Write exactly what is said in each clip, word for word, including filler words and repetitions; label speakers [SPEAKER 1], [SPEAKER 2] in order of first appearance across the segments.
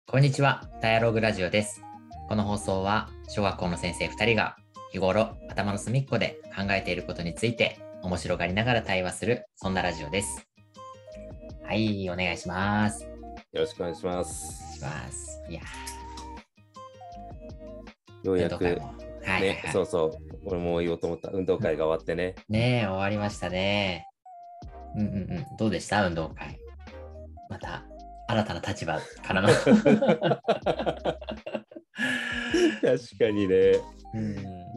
[SPEAKER 1] こんにちは、ダイアログラジオです。この放送は小学校の先生ふたりが日頃頭の隅っこで考えていることについて面白がりながら対話する、そんなラジオです。はい、お願いします。よ
[SPEAKER 2] ろしくお願いします。
[SPEAKER 1] します。いや
[SPEAKER 2] ようやく、ね、
[SPEAKER 1] はいはいはい、
[SPEAKER 2] そうそう、俺も言おうと思った運動会が終わってね。
[SPEAKER 1] ねえ、終わりましたね。うんうんうん、どうでした運動会。また新たな立場からの
[SPEAKER 2] 確かにね、うん、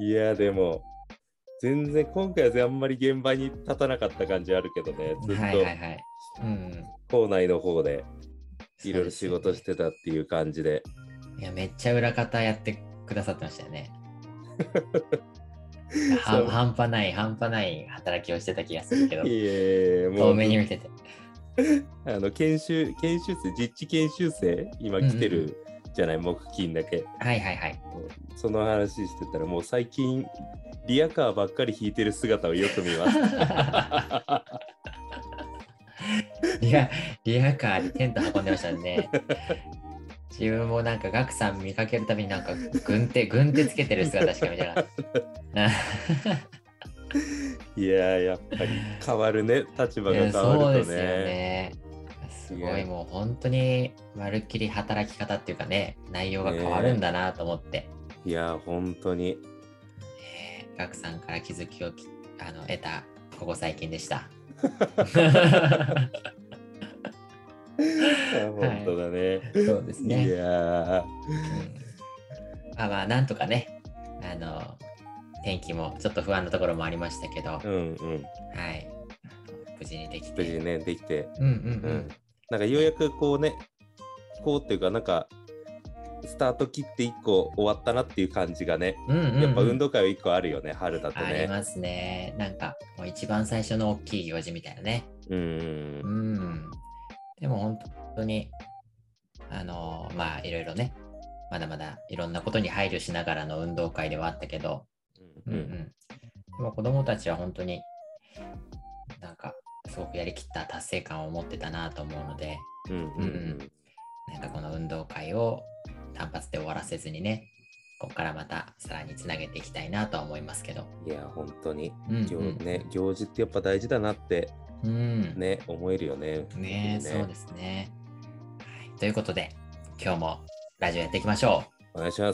[SPEAKER 2] いやでも全然今回はあんまり現場に立たなかった感じあるけどね、ずっと、はいはいはい、うん、校内の方でいろいろ仕事してたっていう感じで、
[SPEAKER 1] いやめっちゃ裏方やってくださってましたよね。は半端ない半端ない働きをしてた気がするけど、いやもう遠目に見てて
[SPEAKER 2] あの研修研修生実地研修生今来てるじゃない、うんうん、木金だけ。
[SPEAKER 1] はいはいはい。
[SPEAKER 2] その話してたらもう最近リアカーばっかり引いてる姿をよく見ます。
[SPEAKER 1] リアリアカーでテント運んでましたね。自分もなんかガクさん見かけるたびになんか軍手軍手つけてる姿しか見てなかった。
[SPEAKER 2] いややっぱり変わるね、立場が変わるとね。そうですよ
[SPEAKER 1] ね。すごいもう本当にまるっきり働き方っていうかね、内容が変わるんだなと思って。
[SPEAKER 2] いや本当に。
[SPEAKER 1] えー、ガクさんから気づきをあの得たここ最近でした。
[SPEAKER 2] 本当だね、はい。
[SPEAKER 1] そうですね。
[SPEAKER 2] いやー、うん、
[SPEAKER 1] まあまあなんとかね、あの天気もちょっと不安なところもありましたけど、
[SPEAKER 2] うんうん、
[SPEAKER 1] はい、無事にできて、
[SPEAKER 2] 無事にねできて、
[SPEAKER 1] うんうんうん、うん、
[SPEAKER 2] なんかようやくこうね、こうっていうかなんかスタート切っていっこ終わったなっていう感じがね、うんうんうん、やっぱ運動会はいっこあるよね、春だとね。
[SPEAKER 1] ありますね。なんかもう一番最初の大きい行事みたいなね。うん、うん、でも本当にあのまあいろいろね、まだまだいろんなことに配慮しながらの運動会ではあったけど、うんうん、でも子どもたちは本当になんかすごくやりきった達成感を持ってたなと思うので、うんうんうん、なんかこの運動会を単発で終わらせずにね、ここからまたさらにつなげていきたいなとは思いますけど。
[SPEAKER 2] いや本当に、うんうん、行ね、行事ってやっぱ大事だなって、うん、ね思えるよね。
[SPEAKER 1] ね、ね、そうですね、はい。ということで今日もラジオやっていきましょ
[SPEAKER 2] う。お願いします。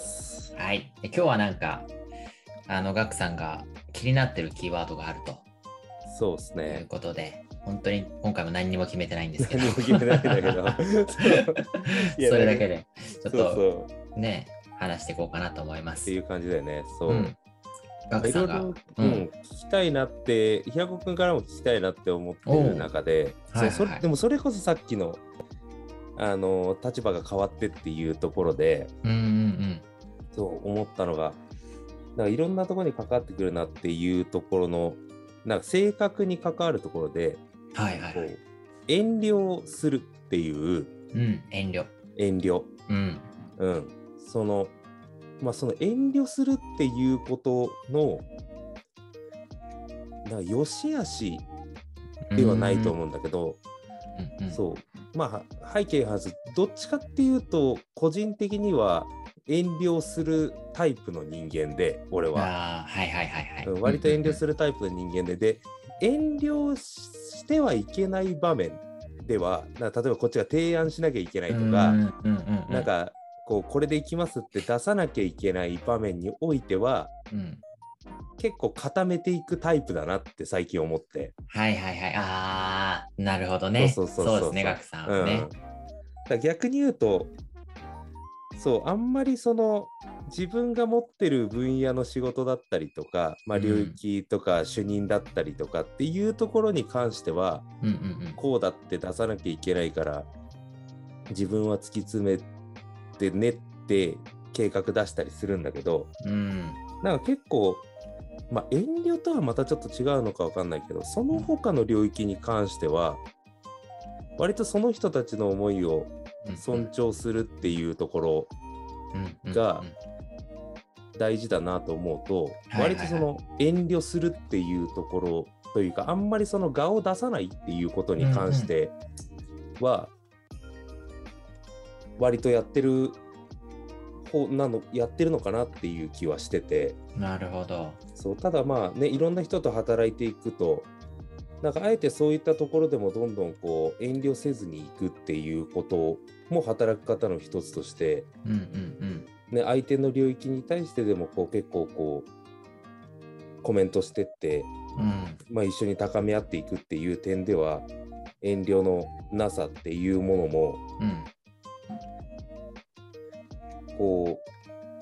[SPEAKER 1] はい。で今日はなんかあのガクさんが気になってるキーワードがあると。
[SPEAKER 2] そうですね。
[SPEAKER 1] ということで、本当に今回も何にも決めてないんですけど。
[SPEAKER 2] 何も決めてないんだけど。
[SPEAKER 1] それだけでちょっとそうそうね話していこうかなと思います。
[SPEAKER 2] っていう感じだよね。そう。うん、ガクさんがいろいろ、うん、聞きたいなって、平子くんからも聞きたいなって思ってる中で、そう、それでもそれこそさっきのあの立場が変わってっていうところで、うんうんうん、そう思ったのが、なんかいろんなところに関わってくるなっていうところの、なんか性格に関わるところで、はいはいはい、遠慮するっていう、うん、
[SPEAKER 1] 遠慮
[SPEAKER 2] 遠慮、うんうん、そのまあその遠慮するっていうことのなんか良し悪しではないと思うんだけど、うんうん、そうまあ背景はずどっちかっていうと個人的には遠慮するタイプの人間で、俺は、
[SPEAKER 1] はいはいはいはい、
[SPEAKER 2] 割と遠慮するタイプの人間で、で遠慮してはいけない場面では、例えばこっちが提案しなきゃいけないとか、なんかこうこれでいきますって出さなきゃいけない場面においては、うん、結構固めていくタイプだなって最近思って。
[SPEAKER 1] はいはいはい、あーなるほどね。そうそうそうそう、そうですね、ガクさんはね、
[SPEAKER 2] うん、だ逆に言うとそうあんまりその自分が持ってる分野の仕事だったりとか、まあ、領域とか主任だったりとかっていうところに関しては、うんうんうん、こうだって出さなきゃいけないから自分は突き詰めて練って計画出したりするんだけど、うん、なんか結構、まあ、遠慮とはまたちょっと違うのか分かんないけど、その他の領域に関しては割とその人たちの思いを尊重するっていうところが大事だなと思うと、割とその遠慮するっていうところというか、あんまりその我を出さないっていうことに関しては割とやってる方なのやってるのかなっていう気はしてて。
[SPEAKER 1] なるほど。
[SPEAKER 2] そうただまあね、いろんな人と働いていくと、なんかあえてそういったところでもどんどんこう遠慮せずにいくっていうことも働き方の一つとして、
[SPEAKER 1] うんうんうん
[SPEAKER 2] ね、相手の領域に対してでもこう結構こうコメントしてって、
[SPEAKER 1] うん
[SPEAKER 2] まあ、一緒に高め合っていくっていう点では遠慮のなさっていうものも
[SPEAKER 1] うん
[SPEAKER 2] こう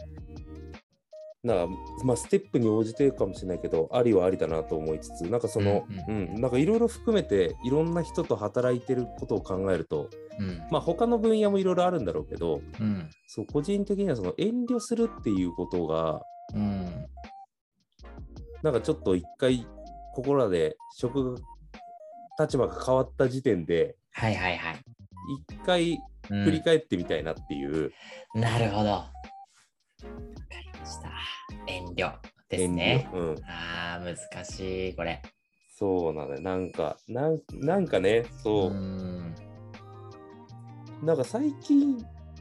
[SPEAKER 2] なんかまあステップに応じてるかもしれないけど、ありはありだなと思いつつ、なんかその
[SPEAKER 1] う
[SPEAKER 2] うんんなんかいろいろ含めていろんな人と働いてることを考えると、
[SPEAKER 1] うん
[SPEAKER 2] まあ他の分野もいろいろあるんだろうけど、
[SPEAKER 1] うん
[SPEAKER 2] そう個人的にはその遠慮するっていうことが
[SPEAKER 1] うん
[SPEAKER 2] なんかちょっと一回ここらで職立場が変わった時点で
[SPEAKER 1] はいはいはい。
[SPEAKER 2] 一回振り返ってみたいなっていう、
[SPEAKER 1] うん、なるほど。わかりました。遠慮ですね。
[SPEAKER 2] 遠慮、うん、
[SPEAKER 1] ああ、難しい、これ。
[SPEAKER 2] そうなのよ。なんかなんなんかね、そう、
[SPEAKER 1] うん
[SPEAKER 2] なんか最近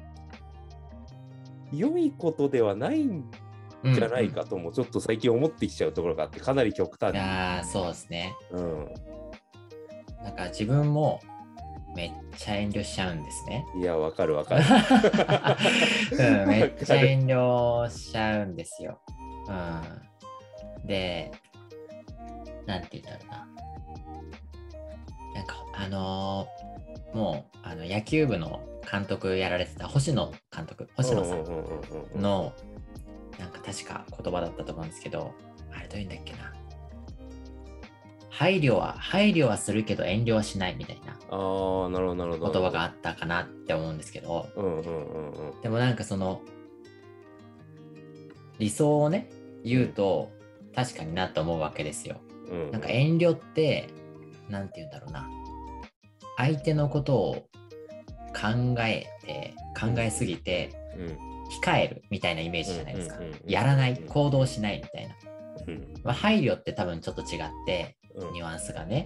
[SPEAKER 2] 良いことではないんじゃないかともちょっと最近思ってきちゃうところがあって、かなり極端に。
[SPEAKER 1] ああ、そうですね。
[SPEAKER 2] うん、
[SPEAKER 1] なんか自分もめっちゃ遠慮しちゃうんですね。
[SPEAKER 2] いや、わかるわかる。
[SPEAKER 1] うん、めっちゃ遠慮しちゃうんですよ。うん、で、なんて言うんだろうな。なんか、あのーもうあの野球部の監督やられてた星野監督、星野さんの、なんか確か言葉だったと思うんですけど、あれどういうんだっけな。配慮は、配慮はするけど遠慮はしないみたいな
[SPEAKER 2] あー、なるほどなるほど。
[SPEAKER 1] 言葉があったかなって思うんですけど、
[SPEAKER 2] うんうんうんうん、
[SPEAKER 1] でもなんかその理想をね言うと確かになと思うわけですよ。
[SPEAKER 2] うんうん、
[SPEAKER 1] なんか遠慮ってなんて言うんだろうな、相手のことを考えて考えすぎて控えるみたいなイメージじゃないですか。やらない、行動しないみたいな、うんまあ、配慮って多分ちょっと違ってニュアンスがね、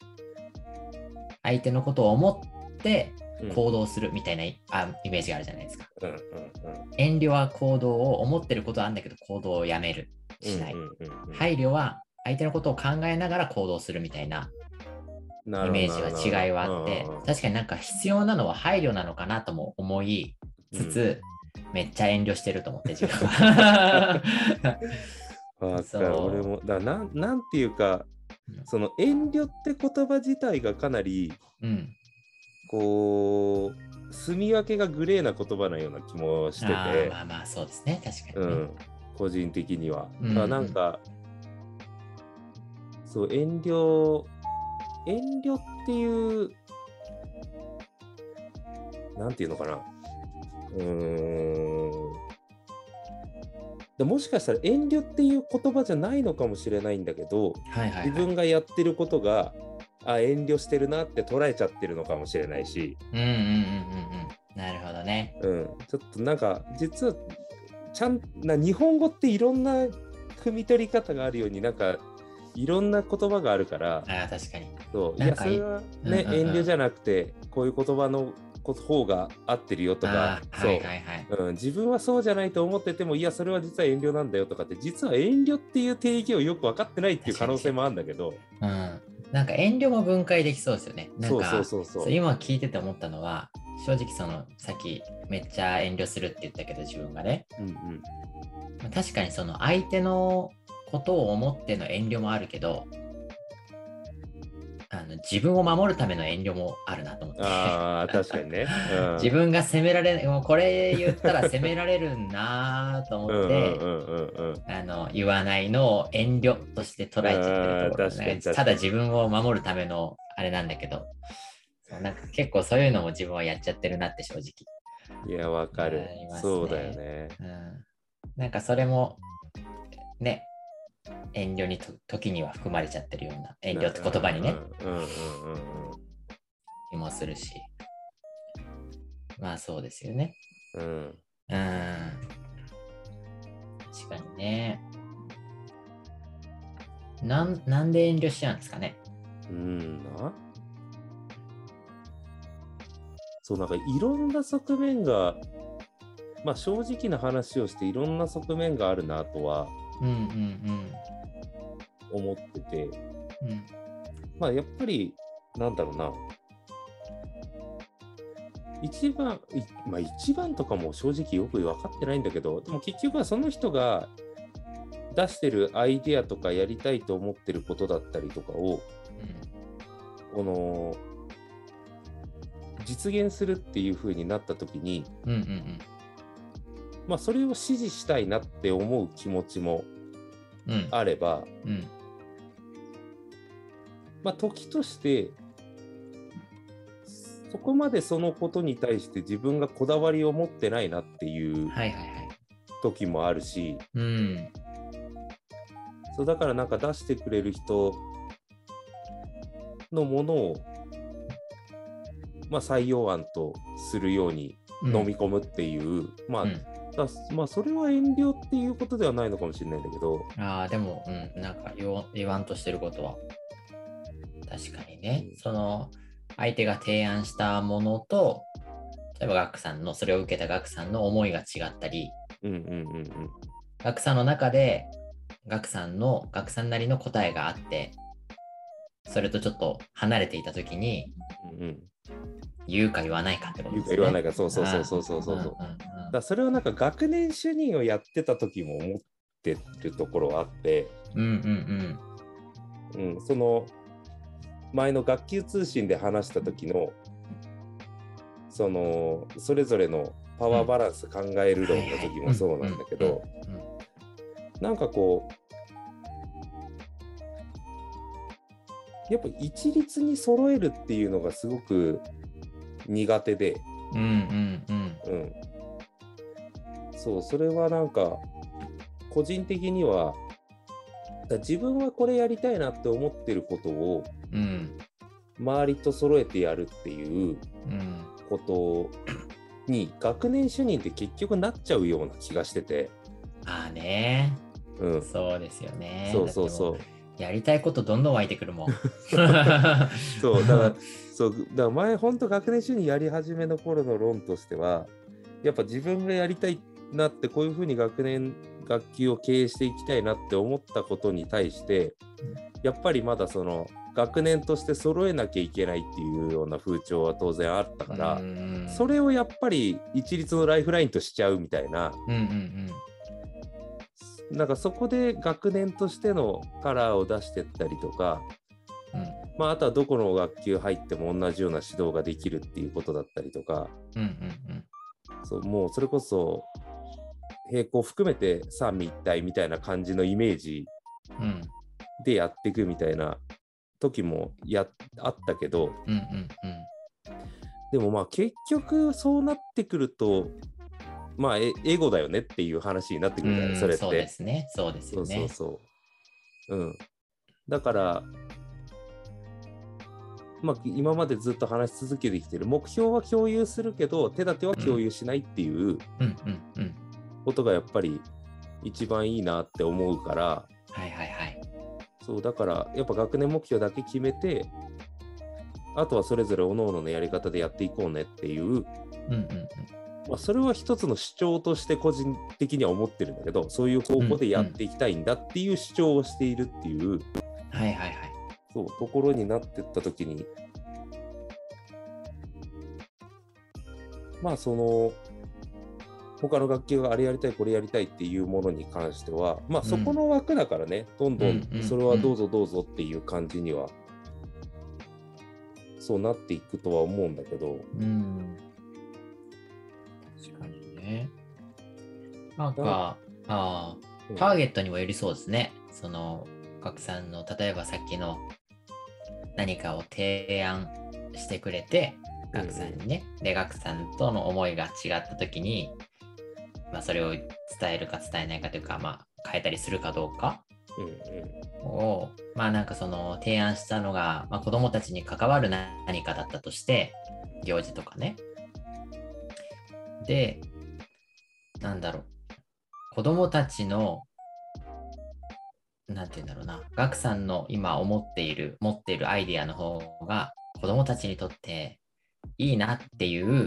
[SPEAKER 1] 相手のことを思って行動するみたいな、うん、あイメージがあるじゃないですか、うんうんうん、遠慮は行動を思ってることはあるんだけど行動をやめるしない、うんうんうんうん、配慮は相手のことを考えながら行動するみたいなイメージは違いはあって、確かになんか必要なのは配慮なのかなとも思いつつ、うん、めっちゃ遠慮してると思って自分は
[SPEAKER 2] わかる。俺もだな、なんていうか、うん、その遠慮って言葉自体がかなり、うん、こう住み分けがグレーな言葉のような気もしてて、あ
[SPEAKER 1] まあまあそうですね、確かに、ね、うん、
[SPEAKER 2] 個人的には、うんうん、だからなんかそう遠慮遠慮っていうなんていうのかな、うーんでもしかしたら遠慮っていう言葉じゃないのかもしれないんだけど、はいはいはい、自分がやってることがあ遠慮してるなって捉えちゃってるのかもしれないし、
[SPEAKER 1] うんうんうんうんうんなるほどね、
[SPEAKER 2] うん、ちょっとなんか実はちゃんな日本語っていろんな汲み取り方があるようになんかいろんな言葉があるから、
[SPEAKER 1] あ確かに
[SPEAKER 2] そういやそれはね、うんうんうん、遠慮じゃなくてこういう言葉の方が合ってるよとか、そう、はいはいはいうん、自分はそうじゃないと思っててもいやそれは実は遠慮なんだよとかって実は遠慮っていう定義をよく分かってないっていう可能性もあるんだけど、
[SPEAKER 1] うん、なんか遠慮も分解できそうですよね。なんか
[SPEAKER 2] そうそうそうそう
[SPEAKER 1] 今聞いてて思ったのは正直そのさっきめっちゃ遠慮するって言ったけど自分がね、うんうん、確かにその相手のことを思っての遠慮もあるけどあの自分を守るための遠慮もあるなと思って。
[SPEAKER 2] あ確かにね、
[SPEAKER 1] うん、自分が責められもうこれ言ったら責められるなと思ってあの言わないのを遠慮として捉えちゃってるところ、ね、ただ自分を守るためのあれなんだけどそうなんか結構そういうのも自分はやっちゃってるなって正直。
[SPEAKER 2] いやわかる、ね、そうだよね、
[SPEAKER 1] うん、なんかそれもね遠慮にと時には含まれちゃってるような遠慮って言葉にね気もするしまあそうですよね、うん、うん確かにねなん、なんで遠慮しちゃうんですかね。
[SPEAKER 2] うんなそうなんかいろんな側面が、まあ正直な話をしていろんな側面があるなとは思ってて、うんうんうん、まあやっぱりなんだろうな、一番、まあ一番とかも正直よく分かってないんだけど、でも結局はその人が出してるアイデアとかやりたいと思ってることだったりとかを、うん、この実現するっていう風になった時に、うんうんうん、まあそれを支持したいなって思う気持ちもあれば、うんうん、まあ時としてそこまでそのことに対して自分がこだわりを持ってないなっていう時もあるし、はいはいはい、うん、そうだからなんか出してくれる人のものを、まあ、採用案とするように飲み込むっていう、うん、まあ、うん、だまあそれは遠慮っていうことではないのかもしれないんだけど、
[SPEAKER 1] ああでも、うん、なんか言わんとしてることは確かにね、うん、その相手が提案したものと、例えばガクさんのそれを受けたガクさんの思いが違ったり、うんうんうんうん、ガクさんの中でガクさんのガクさんなりの答えがあって、それとちょっと離れていたときに、うんうん、言うか言わないかってことですね。
[SPEAKER 2] 言うか言わないか、そうそうそうそうそうそう。うんうんうん、だそれはなんか学年主任をやってた時も思ってるところあって、うんうんうん、うん、その前の学級通信で話した時のそのそれぞれのパワーバランス考える論の時もそうなんだけど、なんかこうやっぱ一律に揃えるっていうのがすごく苦手で、うんうんうんうん、そうそれはなんか個人的には自分はこれやりたいなって思ってることを、うん、周りと揃えてやるっていうことに学年主任って結局なっちゃうような気がしてて。
[SPEAKER 1] ああね、うん、そうですよね。
[SPEAKER 2] そうそうそう。
[SPEAKER 1] やりたいことどんどん湧いてくるもん。
[SPEAKER 2] そうだからそうだから前本当学年主任やり始めの頃の論としては、やっぱ自分がやりたいなってこういうふうに学年学級を経営していきたいなって思ったことに対して、やっぱりまだその学年として揃えなきゃいけないっていうような風潮は当然あったから、それをやっぱり一律のライフラインとしちゃうみたいな、うんうんうん、なんかそこで学年としてのカラーを出してったりとか、うん、まああとはどこの学級入っても同じような指導ができるっていうことだったりとか、うんうんうん、そうもうそれこそ並行含めて三位一体みたいな感じのイメージでやっていくみたいな時もやあったけど、うんうんうん、でもまあ結局そうなってくるとまあエゴだよねっていう話になってくるじゃない、それって。
[SPEAKER 1] そうですね、そうですよね。
[SPEAKER 2] そうそうそう、うん、だからまあ今までずっと話し続けてきてる目標は共有するけど手立ては共有しないっていうことがやっぱり一番いいなって思うから、はいはいはい、そうだからやっぱ学年目標だけ決めて、あとはそれぞれ各々のやり方でやっていこうねっていう、うんうんうんまあ、それは一つの主張として個人的には思ってるんだけど、そういう方向でやっていきたいんだっていう主張をしているっていう、うんうん、はいはいはい、そうところになっていった時に、まあその他の学級があれやりたいこれやりたいっていうものに関しては、まあそこの枠だからね、うん、どんどんそれはどうぞどうぞっていう感じにはそうなっていくとは思うんだけど、うん、
[SPEAKER 1] 確かにね。なんかあターゲットにもよりそうですね。そのガクさんの例えばさっきの何かを提案してくれてガクさんにね、うん、でガクさんとの思いが違った時に、まあ、それを伝えるか伝えないかというか、まあ、変えたりするかどうかを、うんうん、まあなんかその提案したのが、まあ、子どもたちに関わる何かだったとして行事とかね。でなんだろう、子どもたちのなんていうんだろうな、ガクさんの今思っている持っているアイディアの方が子どもたちにとっていいなっていう、うんうん、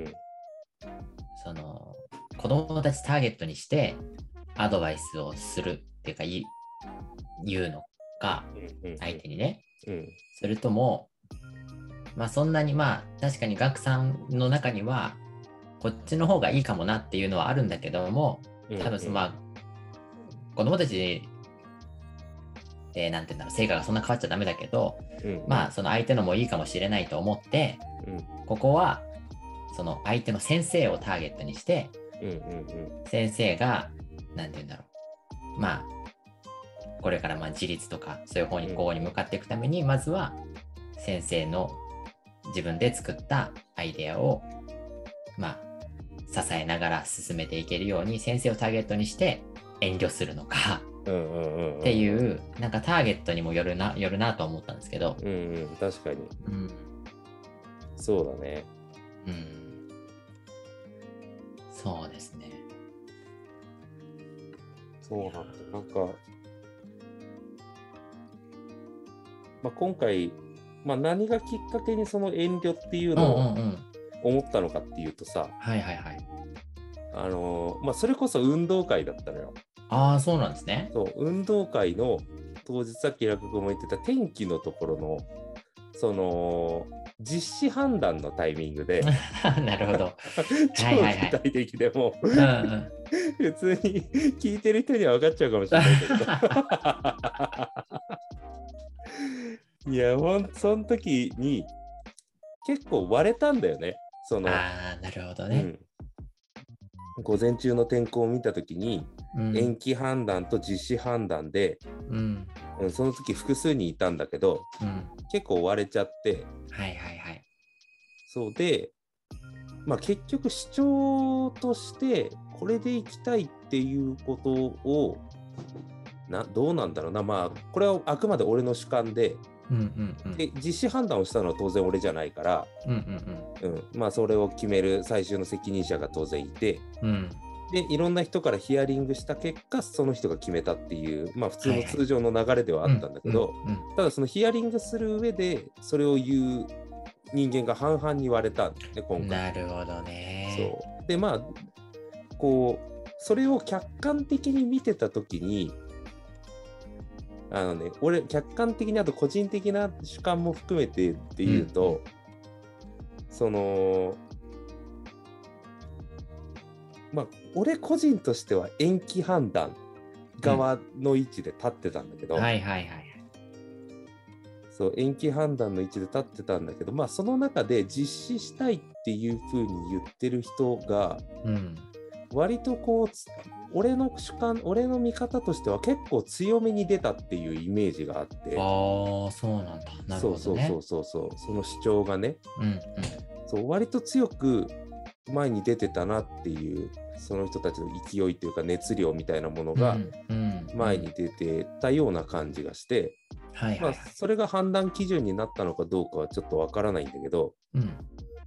[SPEAKER 1] その子供たちターゲットにしてアドバイスをするっていうか言うのか、うんうん、相手にね、うん、それともまあそんなにまあ確かにガクさんの中にはこっちの方がいいかもなっていうのはあるんだけども、多分そのまあ子供たちでなんていうんだろう、成果がそんな変わっちゃダメだけど、うん、まあその相手のもいいかもしれないと思って、うん、ここはその相手の先生をターゲットにして、うんうんうん、先生がなんていうんだろう、まあこれからまあ自立とかそういう方にこうに向かっていくために、まずは先生の自分で作ったアイデアをまあ支えながら進めていけるように先生をターゲットにして遠慮するのかっていうなんかターゲットにもよるなよるなと思ったんですけど、
[SPEAKER 2] うんうん、確かに、うん、そうだね、うん、
[SPEAKER 1] そうですね、
[SPEAKER 2] そうなんだ。なんか、まあ、今回、まあ、何がきっかけにその遠慮っていうのを思ったのかっていうとさ、うんうんうん、
[SPEAKER 1] はいはいはい、
[SPEAKER 2] あのまあ、それこそ運動会だったのよ。
[SPEAKER 1] ああ、そうなんですね。
[SPEAKER 2] そう、運動会の当日、さっき平久君も言ってた天気のところのその実施判断のタイミングで
[SPEAKER 1] なるほど
[SPEAKER 2] 超具体的でも、はいはいはい、普通に聞いてる人には分かっちゃうかもしれないけどいやほんその時に結構割れたんだよね。その
[SPEAKER 1] あー、なるほどね、
[SPEAKER 2] うん、午前中の天候を見た時に、うん、延期判断と実施判断で、うんうん、その時複数人いたんだけど、うん、結構割れちゃって、
[SPEAKER 1] はいはいはい、
[SPEAKER 2] そうで、まあ、結局主張としてこれでいきたいっていうことをなどうなんだろうな、まあこれはあくまで俺の主観で、うんうんうん、で実施判断をしたのは当然俺じゃないから、うんうんうんうん、まあそれを決める最終の責任者が当然いて、うん、でいろんな人からヒアリングした結果その人が決めたっていう、まあ普通の通常の流れではあったんだけど、ただそのヒアリングする上でそれを言う人間が半々に割れたんだよね今回。
[SPEAKER 1] なるほどね。
[SPEAKER 2] そうでまあこうそれを客観的に見てた時にあのね俺客観的にあと個人的な主観も含めてっていうと、うん、そのまあ俺個人としては延期判断側の位置で立ってたんだけど、
[SPEAKER 1] うん、はいはいはい。
[SPEAKER 2] そう延期判断の位置で立ってたんだけど、まあその中で実施したいっていう風に言ってる人が、うん、割とこう俺の主観俺の見方としては結構強めに出たっていうイメージがあって。
[SPEAKER 1] ああそうなんだ。なるほどね。
[SPEAKER 2] そうそうそうそうその主張がね、うんうん、そう割と強く前に出てたなっていうその人たちの勢いというか熱量みたいなものが前に出てたような感じがして、はいはいはい、まあ、それが判断基準になったのかどうかはちょっとわからないんだけど、うん、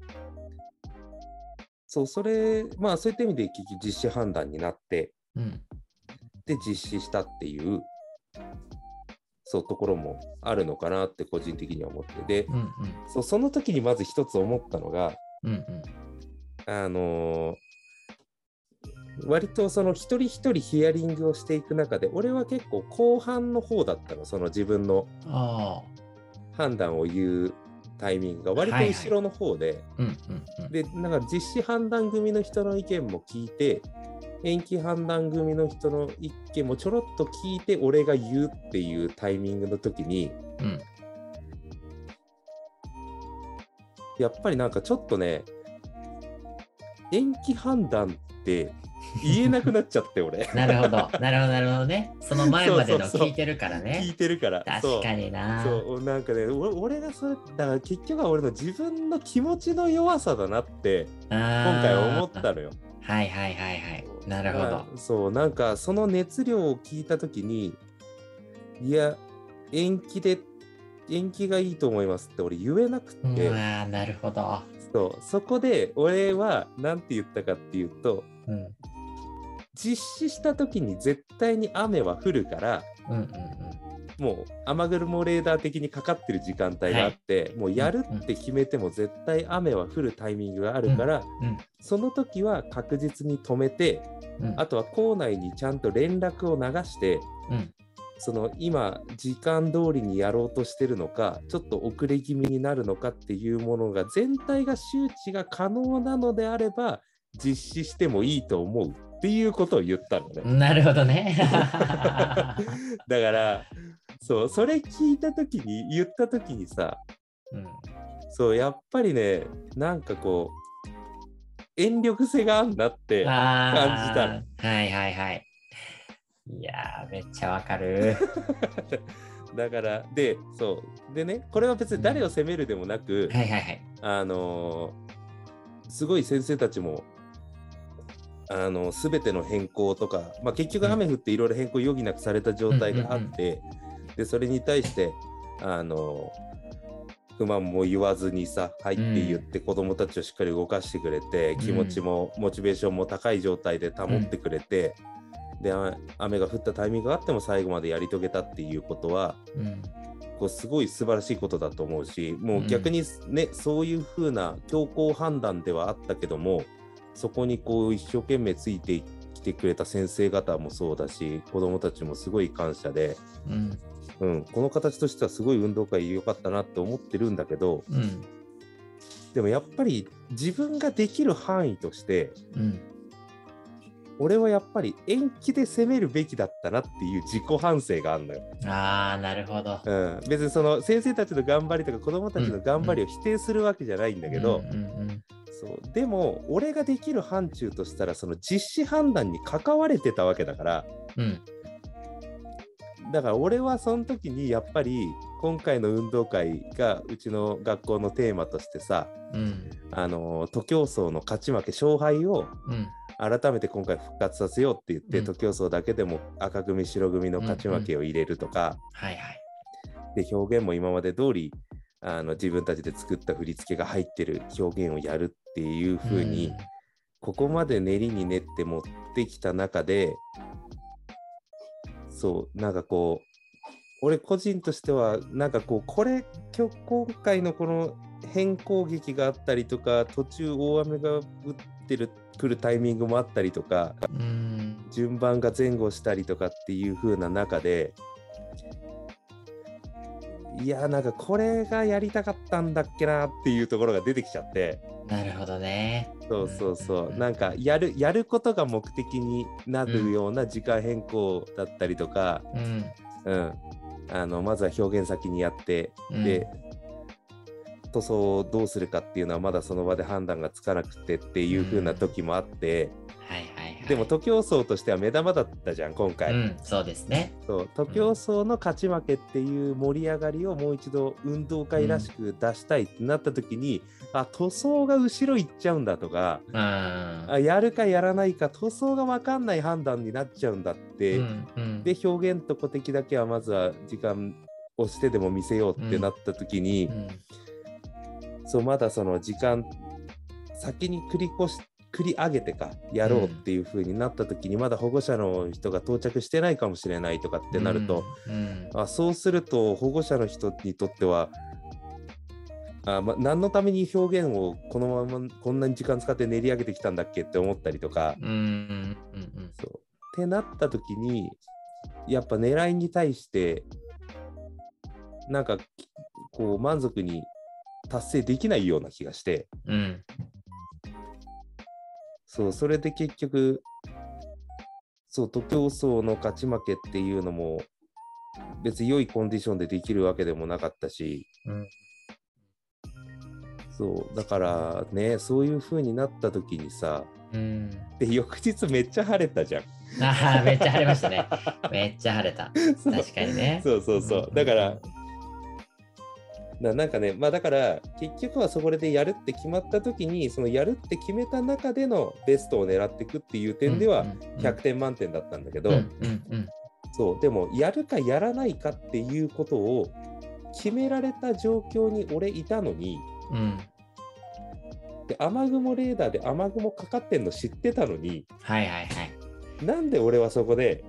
[SPEAKER 2] そうそれまあそういった意味で結局実施判断になって、うん、で実施したっていうそうところもあるのかなって個人的には思ってで、うんうん、そうその時にまず一つ思ったのが、うんうん、あのー割とその一人一人ヒアリングをしていく中で俺は結構後半の方だったの。その自分の判断を言うタイミングが割と後ろの方で、でなんか実施判断組の人の意見も聞いて延期判断組の人の意見もちょろっと聞いて俺が言うっていうタイミングの時に、うん、やっぱりなんかちょっとね延期判断って言えなくなっちゃって俺
[SPEAKER 1] なるほどなるほどなるほどね。その前までの聞いてるからね。
[SPEAKER 2] そうそうそう聞いてるから
[SPEAKER 1] 確かにな。
[SPEAKER 2] そうそうなんかね俺がそれだから結局は俺の自分の気持ちの弱さだなって今回思ったのよ。
[SPEAKER 1] はいはいはいはいなるほど。
[SPEAKER 2] そうなんかその熱量を聞いた時にいや延期で延期がいいと思いますって俺言えなくて。
[SPEAKER 1] うわなるほど。
[SPEAKER 2] そうそこで俺はなんて言ったかっていうと、うん、実施した時に絶対に雨は降るから、うんうんうん、 もう雨雲レーダー的にかかってる時間帯があって、はい、もうやるって決めても絶対雨は降るタイミングがあるから、うんうん、その時は確実に止めて、うん、あとは校内にちゃんと連絡を流して、うん、その今時間通りにやろうとしてるのかちょっと遅れ気味になるのかっていうものが全体が周知が可能なのであれば実施してもいいと思うっていうことを言ったのね。
[SPEAKER 1] なるほどね。
[SPEAKER 2] だからそうそれ聞いた時に言った時にさ、うん、そうやっぱりねなんかこう遠慮癖があんなって感じたの。
[SPEAKER 1] はいはいはい。いやーめっちゃわかる。
[SPEAKER 2] だからでそうでねこれは別に誰を責めるでもなく、うん、はいはいはい、あのー、すごい先生たちもあの全ての変更とか、まあ、結局雨降っていろいろ変更を余儀なくされた状態があって、うんうんうん、でそれに対してあの不満も言わずにさ入って言って子どもたちをしっかり動かしてくれて、うん、気持ちもモチベーションも高い状態で保ってくれて、うん、で雨が降ったタイミングがあっても最後までやり遂げたっていうことは、うん、こうすごい素晴らしいことだと思うしもう逆にね、うん、そういう風な強行判断ではあったけどもそこにこう一生懸命ついてきてくれた先生方もそうだし子どもたちもすごい感謝で、うんうん、この形としてはすごい運動会良かったなって思ってるんだけど、うん、でもやっぱり自分ができる範囲として、うん、俺はやっぱり延期で攻めるべきだったなっていう自己反省があるのよ。
[SPEAKER 1] あーなるほど、
[SPEAKER 2] うん、別にその先生たちの頑張りとか子どもたちの頑張りを否定するわけじゃないんだけど、うんうんうんうんそうでも俺ができる範疇としたらその実施判断に関われてたわけだから、うん、だから俺はその時にやっぱり今回の運動会がうちの学校のテーマとしてさ、うん、あの徒競走の勝ち負け勝敗を改めて今回復活させようって言って、うん、徒競走だけでも赤組白組の勝ち負けを入れるとか、うんうんはいはい、で表現も今まで通りあの自分たちで作った振り付けが入ってる表現をやるっていう風に、うん、ここまで練りに練って持ってきた中でそうなんかこう俺個人としてはなんかこうこれ今日今回のこの変更劇があったりとか途中大雨が降ってる来るタイミングもあったりとか、うん、順番が前後したりとかっていう風な中でいやなんかこれがやりたかったんだっけなっていうところが出てきちゃって
[SPEAKER 1] なるほどね
[SPEAKER 2] そうそうそう、うんうんうん、なんかやるやることが目的になるような時間変更だったりとか、うんうん、あのまずは表現先にやって、うん、で塗装をどうするかっていうのはまだその場で判断がつかなくてっていう風な時もあって、うんはいはいはい、でも徒競走としては目玉だったじゃん今回、うん、
[SPEAKER 1] そうですね
[SPEAKER 2] そう徒競走の勝ち負けっていう盛り上がりをもう一度運動会らしく出したいってなった時に、うん、あ塗装が後ろ行っちゃうんだとか、うん、あやるかやらないか塗装が分かんない判断になっちゃうんだって、うんうん、で表現と小敵だけはまずは時間をしてでも見せようってなった時に、うんうん、そうまだその時間先に繰り越し繰り上げてかやろうっていう風になった時に、まだ保護者の人が到着してないかもしれないとかってなると、うんうん、あそうすると保護者の人にとってはあ、ま、何のために表現をこのままこんなに時間使って練り上げてきたんだっけって思ったりとか、うんうんうん、そうってなった時にやっぱ狙いに対してなんかこう満足に達成できないような気がして、うんそうそれで結局そう徒競走の勝ち負けっていうのも別に良いコンディションでできるわけでもなかったし、うん、そうだからねそういう風になった時にさ、うん、で翌日めっちゃ晴れたじゃん
[SPEAKER 1] あめっちゃ晴れましたねめっちゃ晴れた確かにね
[SPEAKER 2] そうそうそう、うん、だからだなんかね、まあだから結局はそこでやるって決まった時にそのやるって決めた中でのベストを狙っていくっていう点ではひゃくてん満点だったんだけど、うんうんうん、そうでもやるかやらないかっていうことを決められた状況に俺いたのに、うん、で雨雲レーダーで雨雲かかってんの知ってたのに、はいはいはい、なんで俺はそこで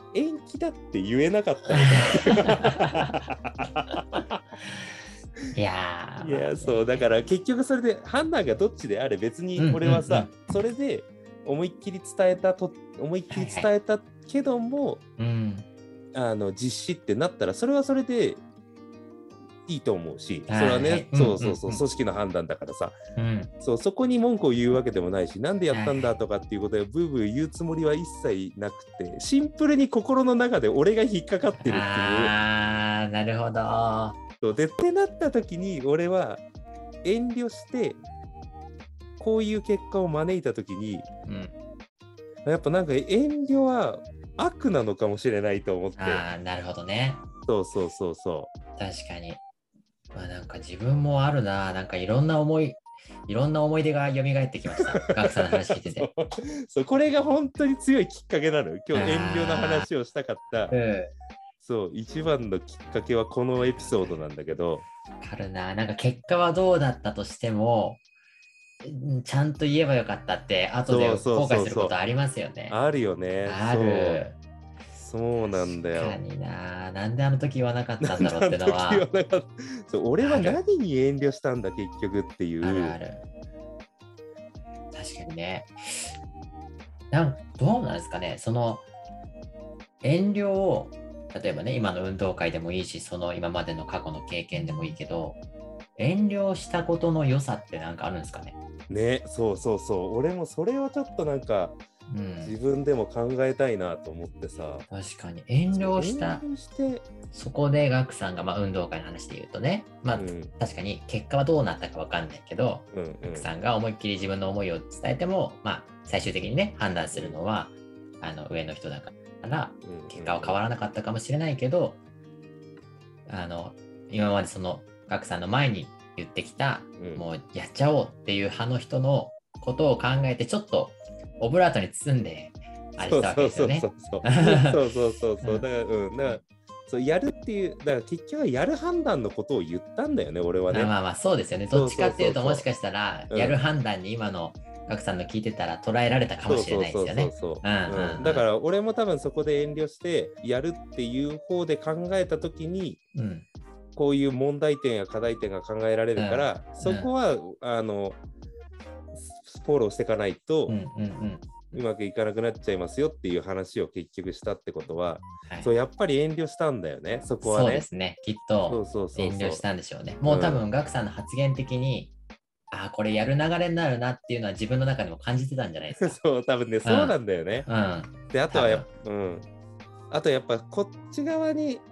[SPEAKER 2] 延期だって言えなかったのか
[SPEAKER 1] いや
[SPEAKER 2] いやそうだから結局それで判断がどっちであれ別に俺はさ、うんうんうん、それで思いっきり伝えたと思いっきり伝えたけども、はいはい、うん、あの実施ってなったらそれはそれでいいと思うし、それはね、はい、そうそうそう、うんうんうん、組織の判断だからさ、うん、そうそこに文句を言うわけでもないし、なんでやったんだとかっていうことでブーブー言うつもりは一切なくて、シンプルに心の中で俺が引っかかってるっていう。
[SPEAKER 1] あー、なるほど。
[SPEAKER 2] そうでってなった時に俺は遠慮してこういう結果を招いた時に、うん、やっぱなんか遠慮は悪なのかもしれないと思って。
[SPEAKER 1] あー、なるほどね。
[SPEAKER 2] そうそうそうそう。
[SPEAKER 1] 確かに。まあなんか自分もあるな、なんかいろんな思い、いろんな思い出が蘇ってきました。ガクさんの話聞いてて。
[SPEAKER 2] そうそう、これが本当に強いきっかけなの。今日遠慮の話をしたかった。うん、そう一番のきっかけはこのエピソードなんだけど。
[SPEAKER 1] わかるな、なんか結果はどうだったとしても、ちゃんと言えばよかったって後で後悔することありますよね。
[SPEAKER 2] そうそうそうそう、あるよね。
[SPEAKER 1] ある。
[SPEAKER 2] そうなんだよ。
[SPEAKER 1] 確かにな。なんであの時言わなかったんだろうってのは。
[SPEAKER 2] そう俺は何に遠慮したんだ結局っていう。
[SPEAKER 1] あるある。確かにね。なんどうなんですかね。その遠慮を例えばね今の運動会でもいいし、その今までの過去の経験でもいいけど、遠慮したことの良さってなんかあるんですかね。
[SPEAKER 2] ね、そうそうそう。俺もそれはちょっとなんか。うん、自分でも考えたいなと思ってさ。
[SPEAKER 1] 確かに遠慮した
[SPEAKER 2] 遠慮して
[SPEAKER 1] そこでガクさんが、まあ、運動会の話で言うとね、まあ、うん、確かに結果はどうなったか分かんないけど、うんうん、ガクさんが思いっきり自分の思いを伝えても、まあ、最終的にね判断するのはあの上の人だから結果は変わらなかったかもしれないけど、うんうん、あの今までそのガクさんの前に言ってきた、うん、もうやっちゃおうっていう派の人のことを考えてちょっとオブラートに包んであれしたわけですよね。
[SPEAKER 2] そうそうそうそうそうだからうんだからそうやるっていうだから結局はやる判断のことを言ったんだよね俺はね。
[SPEAKER 1] まあまあそうですよね。どっちかっていうともしかしたらやる判断に今のガクさんの聞いてたら捉えられたかもしれないですよね。
[SPEAKER 2] だから俺も多分そこで遠慮してやるっていう方で考えた時に、うん、こういう問題点や課題点が考えられるから、うん、そこは、うん、あのフォローしていかないと、うんうんうん、うまくいかなくなっちゃいますよっていう話を結局したってことは、はい、そうやっぱり遠慮したんだよねそこはね。
[SPEAKER 1] そうですねきっと遠慮したんでしょうね。もう多分、うん、ガクさんの発言的にああこれやる流れになるなっていうのは自分の中でも感じてたんじゃないですか。
[SPEAKER 2] そう多分ね、うん、そうなんだよね。うん、であとはやっぱ、うん、あとやっぱこっち側に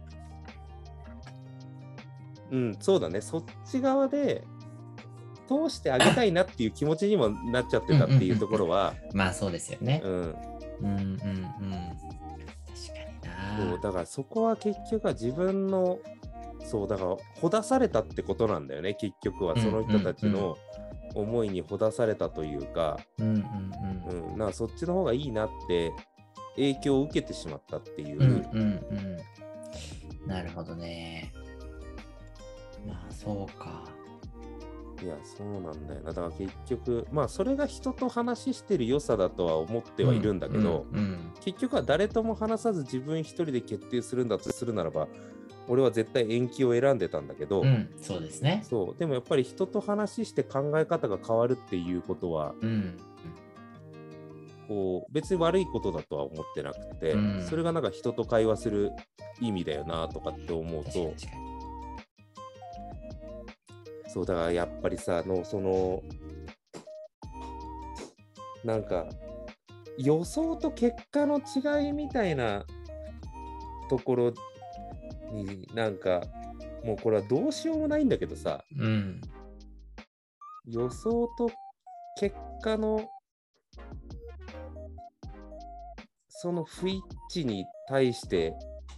[SPEAKER 2] うんそうだねそっち側で通してあげたいなっていう気持ちにもなっちゃってたっていうところは
[SPEAKER 1] まあそうですよね。うんうんうんうん。確かにな。
[SPEAKER 2] そうだからそこは結局は自分のそうだからほだされたってことなんだよね結局はその人たちの思いにほだされたというか、うんうんうんうん、なんかそっちの方がいいなって影響を受けてしまったっていう。うんうんうん、
[SPEAKER 1] なるほどね。まあそうか。
[SPEAKER 2] いやそうなんだよな。だから結局まあそれが人と話してる良さだとは思ってはいるんだけど、うんうんうん、結局は誰とも話さず自分一人で決定するんだとするならば俺は絶対延期を選んでたんだけど、うん、
[SPEAKER 1] そうですね。
[SPEAKER 2] そうでもやっぱり人と話して考え方が変わるっていうことは、うん、こう別に悪いことだとは思ってなくて、うん、それがなんか人と会話する意味だよなとかって思うと、そうだからやっぱりさのそのなんか予想と結果の違いみたいなところになんかもうこれはどうしようもないんだけどさ、うん、予想と結果のその不一致に対して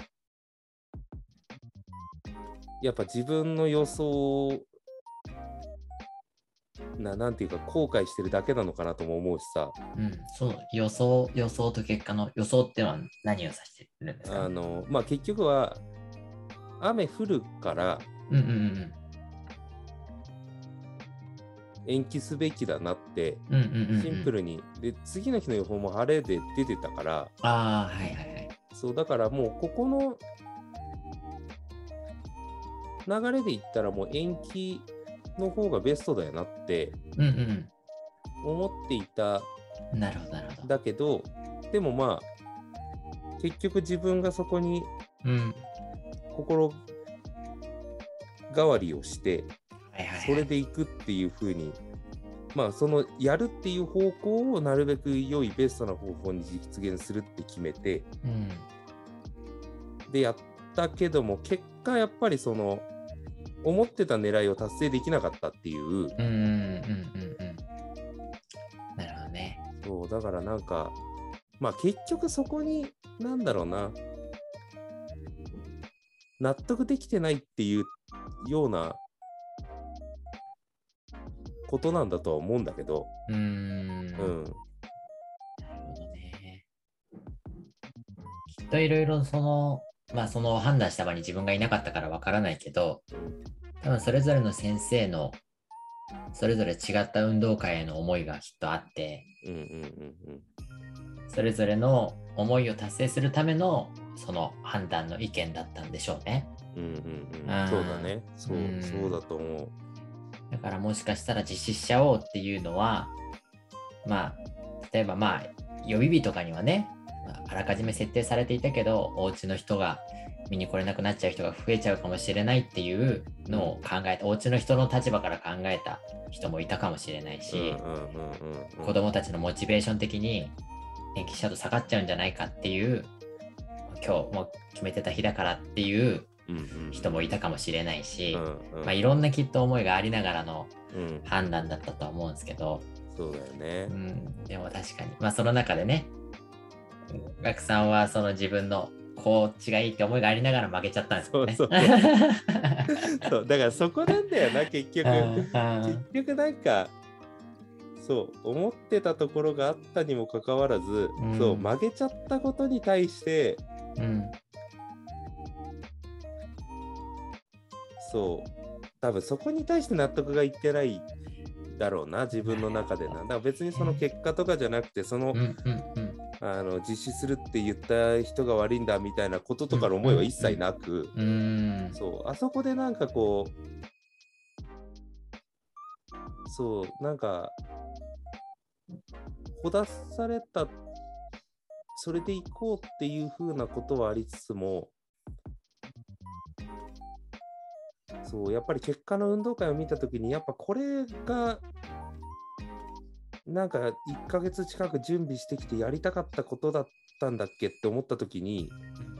[SPEAKER 2] やっぱ自分の予想な、なんていうか後悔してるだけなのかなとも思うしさ、
[SPEAKER 1] うん、そう予想予想と結果の予想ってのは何を指してるんですか。
[SPEAKER 2] あのまあ結局は雨降るから、うんうんうん、延期すべきだなって、うんうんうんうん、シンプルにで次の日の予報も晴れで出てたから、
[SPEAKER 1] あ、はいはいはい、
[SPEAKER 2] そうだからもうここの流れで言ったらもう延期の方がベストだよなって思っていた。
[SPEAKER 1] うんうん、なるほどなるほど。
[SPEAKER 2] だけどでもまあ結局自分がそこに心変わりをして、
[SPEAKER 1] はいはいはい、
[SPEAKER 2] それでいくっていう風に、まあそのやるっていう方向をなるべく良いベストな方法に実現するって決めて、
[SPEAKER 1] うん、
[SPEAKER 2] でやったけども結果やっぱりその思ってた狙いを達成できなかったっていう。うんうんうんうん。
[SPEAKER 1] なるほどね。
[SPEAKER 2] そうだからなんかまあ結局そこになんだろうな、納得できてないっていうようなことなんだとは思うんだけど。
[SPEAKER 1] うーん。うん。なるほどね。きっといろいろその、まあその判断した場に自分がいなかったからわからないけど、多分それぞれの先生のそれぞれ違った運動会への思いがきっとあって、うんうんうんうん、それぞれの思いを達成するためのその判断の意見だったんでしょうね。
[SPEAKER 2] うんうんうん、そうだね。そう、うん、そうだと思う。
[SPEAKER 1] だからもしかしたら実施しちゃおうっていうのは、まあ例えばまあ予備日とかにはね、あらかじめ設定されていたけど、お家の人が見に来れなくなっちゃう人が増えちゃうかもしれないっていうのを考えた、お家の人の立場から考えた人もいたかもしれないし、子供たちのモチベーション的に延期しちゃうと下がっちゃうんじゃないかっていう、今日もう決めてた日だからっていう人もいたかもしれないし、まあいろんなきっと思いがありながらの判断だったとは思うんですけど、
[SPEAKER 2] そうだよね。
[SPEAKER 1] うん、でも確かに、まあその中でね、学さんはその自分のこっちがいいって思いがありながら負けちゃったんですよね。
[SPEAKER 2] そうそうそうそうだからそこなんだよな結局結局なんかそう思ってたところがあったにもかかわらず、うん、そう曲げちゃったことに対して、うん、そう多分そこに対して納得がいってないだろうな自分の中でな。だから別にその結果とかじゃなくてその、うんうんうん、あの実施するって言った人が悪いんだみたいなこととかの思いは一切なく、うんうんうん、そうあそこでなんかこうそうなんかほだされたそれでいこうっていう風なことはありつつも、そうやっぱり結果の運動会を見たときにやっぱこれがなんかいっかげつ近く準備してきてやりたかったことだったんだっけって思ったときに、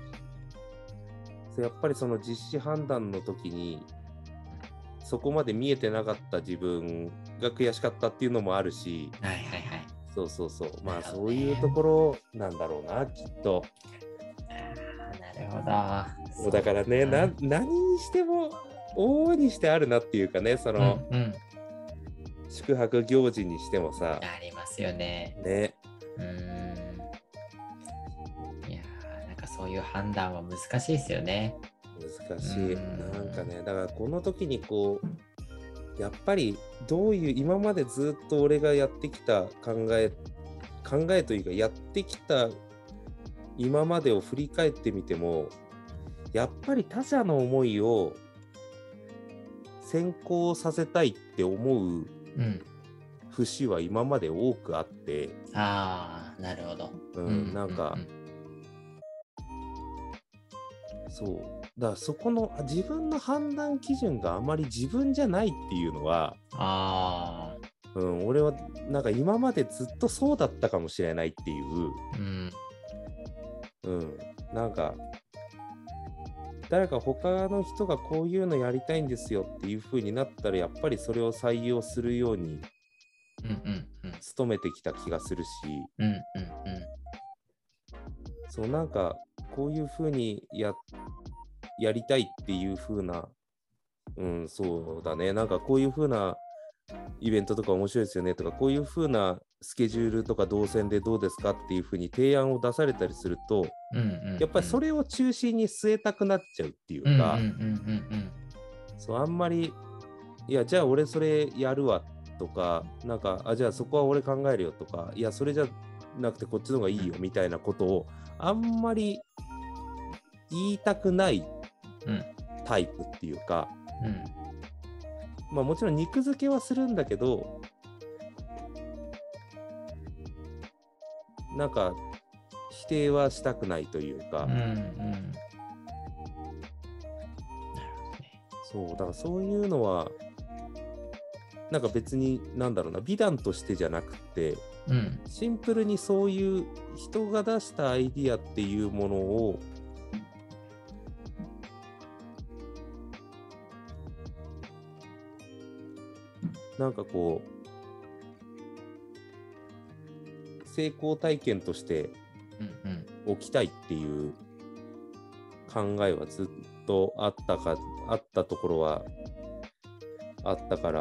[SPEAKER 2] やっぱりその実施判断の時にそこまで見えてなかった自分が悔しかったっていうのもあるし、
[SPEAKER 1] はいはいはい、
[SPEAKER 2] そうそうそう、まあそういうところなんだろうなきっと。
[SPEAKER 1] なるほど。
[SPEAKER 2] だからね、な何にしても往々にしてあるなっていうかね、その、うんうん、宿泊行事にしてもさ。
[SPEAKER 1] ありますよね。
[SPEAKER 2] ね。
[SPEAKER 1] うーん。いやー、なんかそういう判断は難しいですよね。
[SPEAKER 2] 難しい。なんかね、だからこの時にこう、やっぱりどういう今までずっと俺がやってきた考え、考えというかやってきた今までを振り返ってみても、やっぱり他者の思いを先行させたいって思う節は今まで多くあって、うん、
[SPEAKER 1] ああ、なるほど。
[SPEAKER 2] うん、うん、なんか、うんうん、そうだからそこの自分の判断基準があまり自分じゃないっていうのは、あ、うん、俺はなんか今までずっとそうだったかもしれないっていう、うんうん、なんか誰か他の人がこういうのやりたいんですよっていう風になったらやっぱりそれを採用するように努めてきた気がするし、うんうんうん、そうなんかこういう風に や, やりたいっていう風な、うん、そうだね、なんかこういう風なイベントとか面白いですよねとか、こういう風なスケジュールとか動線でどうですかっていう風に提案を出されたりすると、うんうんうん、やっぱりそれを中心に据えたくなっちゃうっていうか、そうあんまりいやじゃあ俺それやるわとか、なんかあじゃあそこは俺考えるよとか、いやそれじゃなくてこっちの方がいいよみたいなことをあんまり言いたくないタイプっていうか、うん、まあもちろん肉付けはするんだけど、なんか否定はしたくないというか、うんうん、そうだからそういうのはなんか別になんだろうな、美談としてじゃなくて、うん、シンプルにそういう人が出したアイディアっていうものをなんかこう成功体験として置きたいっていう考えはずっとあったかあったところはあったから。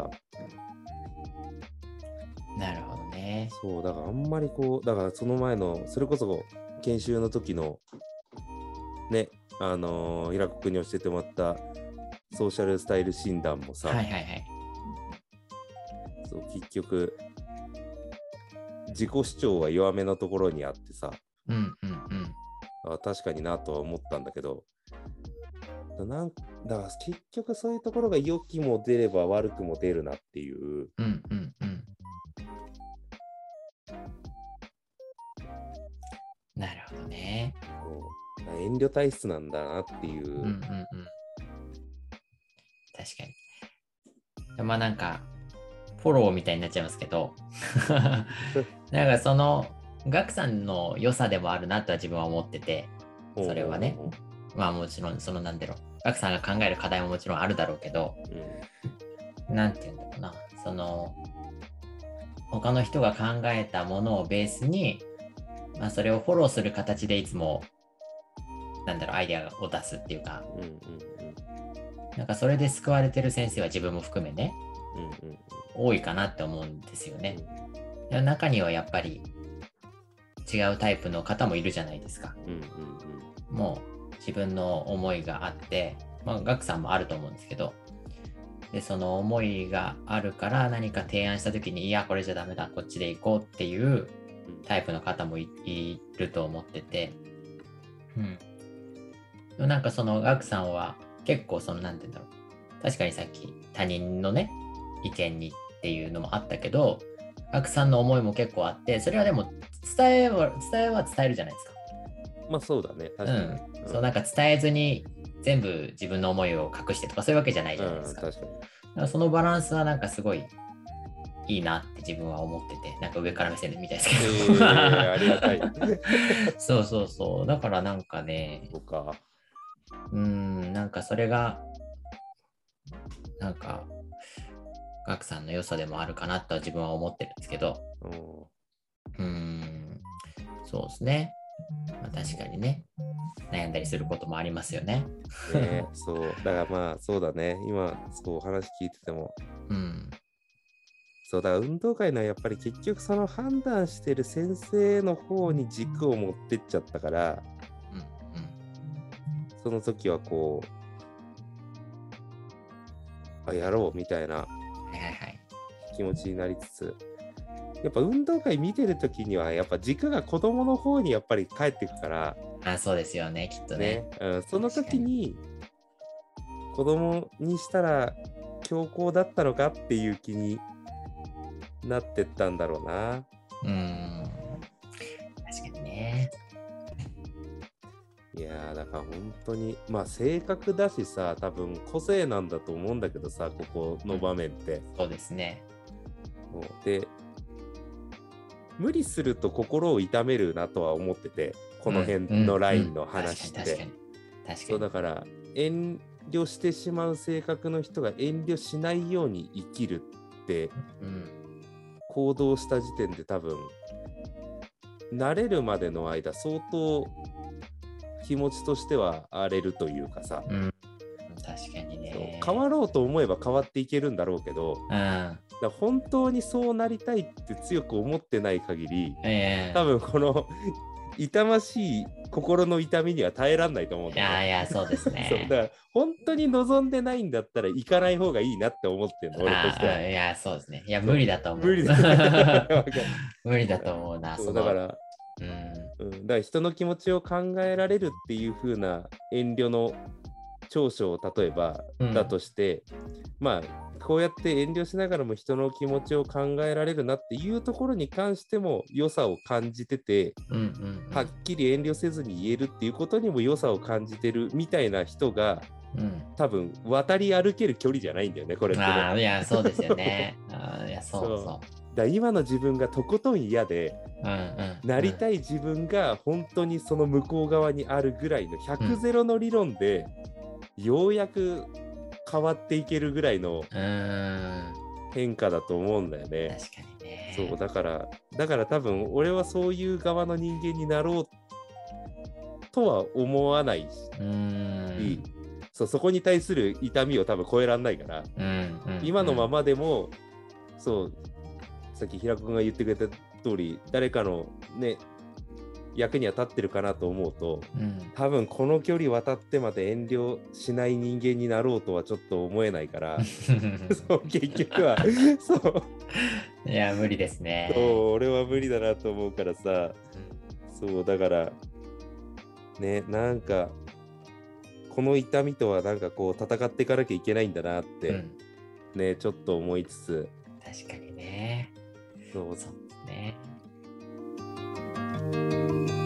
[SPEAKER 1] なるほどね。
[SPEAKER 2] そうだからあんまりこうだからその前のそれこそ研修の時のねあのー、平子君に教えてもらったソーシャルスタイル診断もさ、はいはいはい、そう結局自己主張は弱めのところにあってさ、うんうんうん、あ確かになとは思ったんだけど、なんだから結局そういうところが良きも出れば悪くも出るなっていう、うんうんうん、
[SPEAKER 1] なるほどね。
[SPEAKER 2] 遠慮体質なんだなっていう、うんうんうん、
[SPEAKER 1] 確かに。まあなんかフォローみたいになっちゃいますけどなんかそのガクさんの良さでもあるなとは自分は思ってて、それはね、まあもちろんそのなんだろう、ガクさんが考える課題ももちろんあるだろうけど、うん、なんていうんだろうな、その他の人が考えたものをベースに、まあ、それをフォローする形でいつもなんだろうアイデアを出すっていうか、うんうんうん、なんかそれで救われてる先生は自分も含めね、うんうん、多いかなって思うんですよね。中にはやっぱり違うタイプの方もいるじゃないですか。うんうんうん、もう自分の思いがあって、まあ、ガクさんもあると思うんですけど、でその思いがあるから何か提案した時にいやこれじゃダメだこっちで行こうっていうタイプの方も い, いると思ってて、うん、でもなんかそのガクさんは結構そのなんて言うんだろう、確かにさっき他人のね意見にっていうのもあったけど、ガクさんの思いも結構あって、それはでも伝えは伝えは伝えるじゃないですか。
[SPEAKER 2] まあそうだね、確かに、うん
[SPEAKER 1] うん、そうなんか伝えずに全部自分の思いを隠してとかそういうわけじゃないじゃないですか。うん、確かに。だからそのバランスはなんかすごいいいなって自分は思ってて、なんか上から目線でみたいですけど、えー、ありがたいそうそうそう、だからなんかね、そうか、うん、なんかそれがなんかガクさんの良さでもあるかなとは自分は思ってるんですけど、うーん、そうですね、まあ、確かにね悩んだりすることもありますよね。
[SPEAKER 2] ねそうだからまあそうだね、今そう話聞いてても、うん、そうだから運動会のはやっぱり結局その判断してる先生の方に軸を持ってっちゃったから、うんうん、その時はこうあやろうみたいな気持ちになりつつ、やっぱ運動会見てる時にはやっぱ軸が子供の方にやっぱり返ってくから、
[SPEAKER 1] あそうですよねきっと ね,
[SPEAKER 2] ね、うん、その時に子供にしたら強行だったのかっていう気になってったんだろうな。うーん
[SPEAKER 1] 確かにね。
[SPEAKER 2] いやだから本当にまあ性格だしさ、多分個性なんだと思うんだけどさ、ここの場面って、うん、
[SPEAKER 1] そうですね。
[SPEAKER 2] で無理すると心を痛めるなとは思ってて、この辺のラインの話って、うんうんうん、確かに確かに確かにそうだから遠慮してしまう性格の人が遠慮しないように生きるって、うん、行動した時点で多分慣れるまでの間相当気持ちとしては荒れるというかさ、うん、
[SPEAKER 1] 確かにね、
[SPEAKER 2] 変わろうと思えば変わっていけるんだろうけど、うん、だ本当にそうなりたいって強く思ってない限り、えー、多分この痛ましい心の痛みには耐えらんないと思うんだよね。
[SPEAKER 1] いやいやそうですね。
[SPEAKER 2] そうだから本当に望んでないんだったら行かない方がいいなって思ってるの、俺としては。
[SPEAKER 1] いやそうですね。いや無理だと思う。
[SPEAKER 2] 無理だ
[SPEAKER 1] 無理だと思うな。
[SPEAKER 2] そうだから、
[SPEAKER 1] うん、
[SPEAKER 2] うん、だから人の気持ちを考えられるっていう風な遠慮の長所を例えばだとして、うん、まあこうやって遠慮しながらも人の気持ちを考えられるなっていうところに関しても良さを感じてて、うんうんうん、はっきり遠慮せずに言えるっていうことにも良さを感じてるみたいな人が、うん、多分渡り歩ける距離じゃないんだよねこれってね。
[SPEAKER 1] あいやそうですよね。あいやそうそう。
[SPEAKER 2] そうだ今の自分がとことん嫌で、うんうんうん、なりたい自分が本当にその向こう側にあるぐらいのひゃくゼロの理論で、うん、ようやく変わっていけるぐらいの変化だと思うんだよね。
[SPEAKER 1] 確かにね。
[SPEAKER 2] そうだからだから多分俺はそういう側の人間になろうとは思わないし、うんそうそこに対する痛みを多分超えらんないから、うんうんうん、今のままでもそうさっき平子君が言ってくれた通り誰かのね役には立ってるかなと思うと、うん、多分この距離渡ってまで遠慮しない人間になろうとはちょっと思えないからそう結局はそう
[SPEAKER 1] いや無理ですね。
[SPEAKER 2] そう俺は無理だなと思うからさ、そうだからねなんかこの痛みとはなんかこう戦っていかなきゃいけないんだなって、うん、ねちょっと思いつつ、
[SPEAKER 1] 確かにね。
[SPEAKER 2] そう
[SPEAKER 1] そうですね。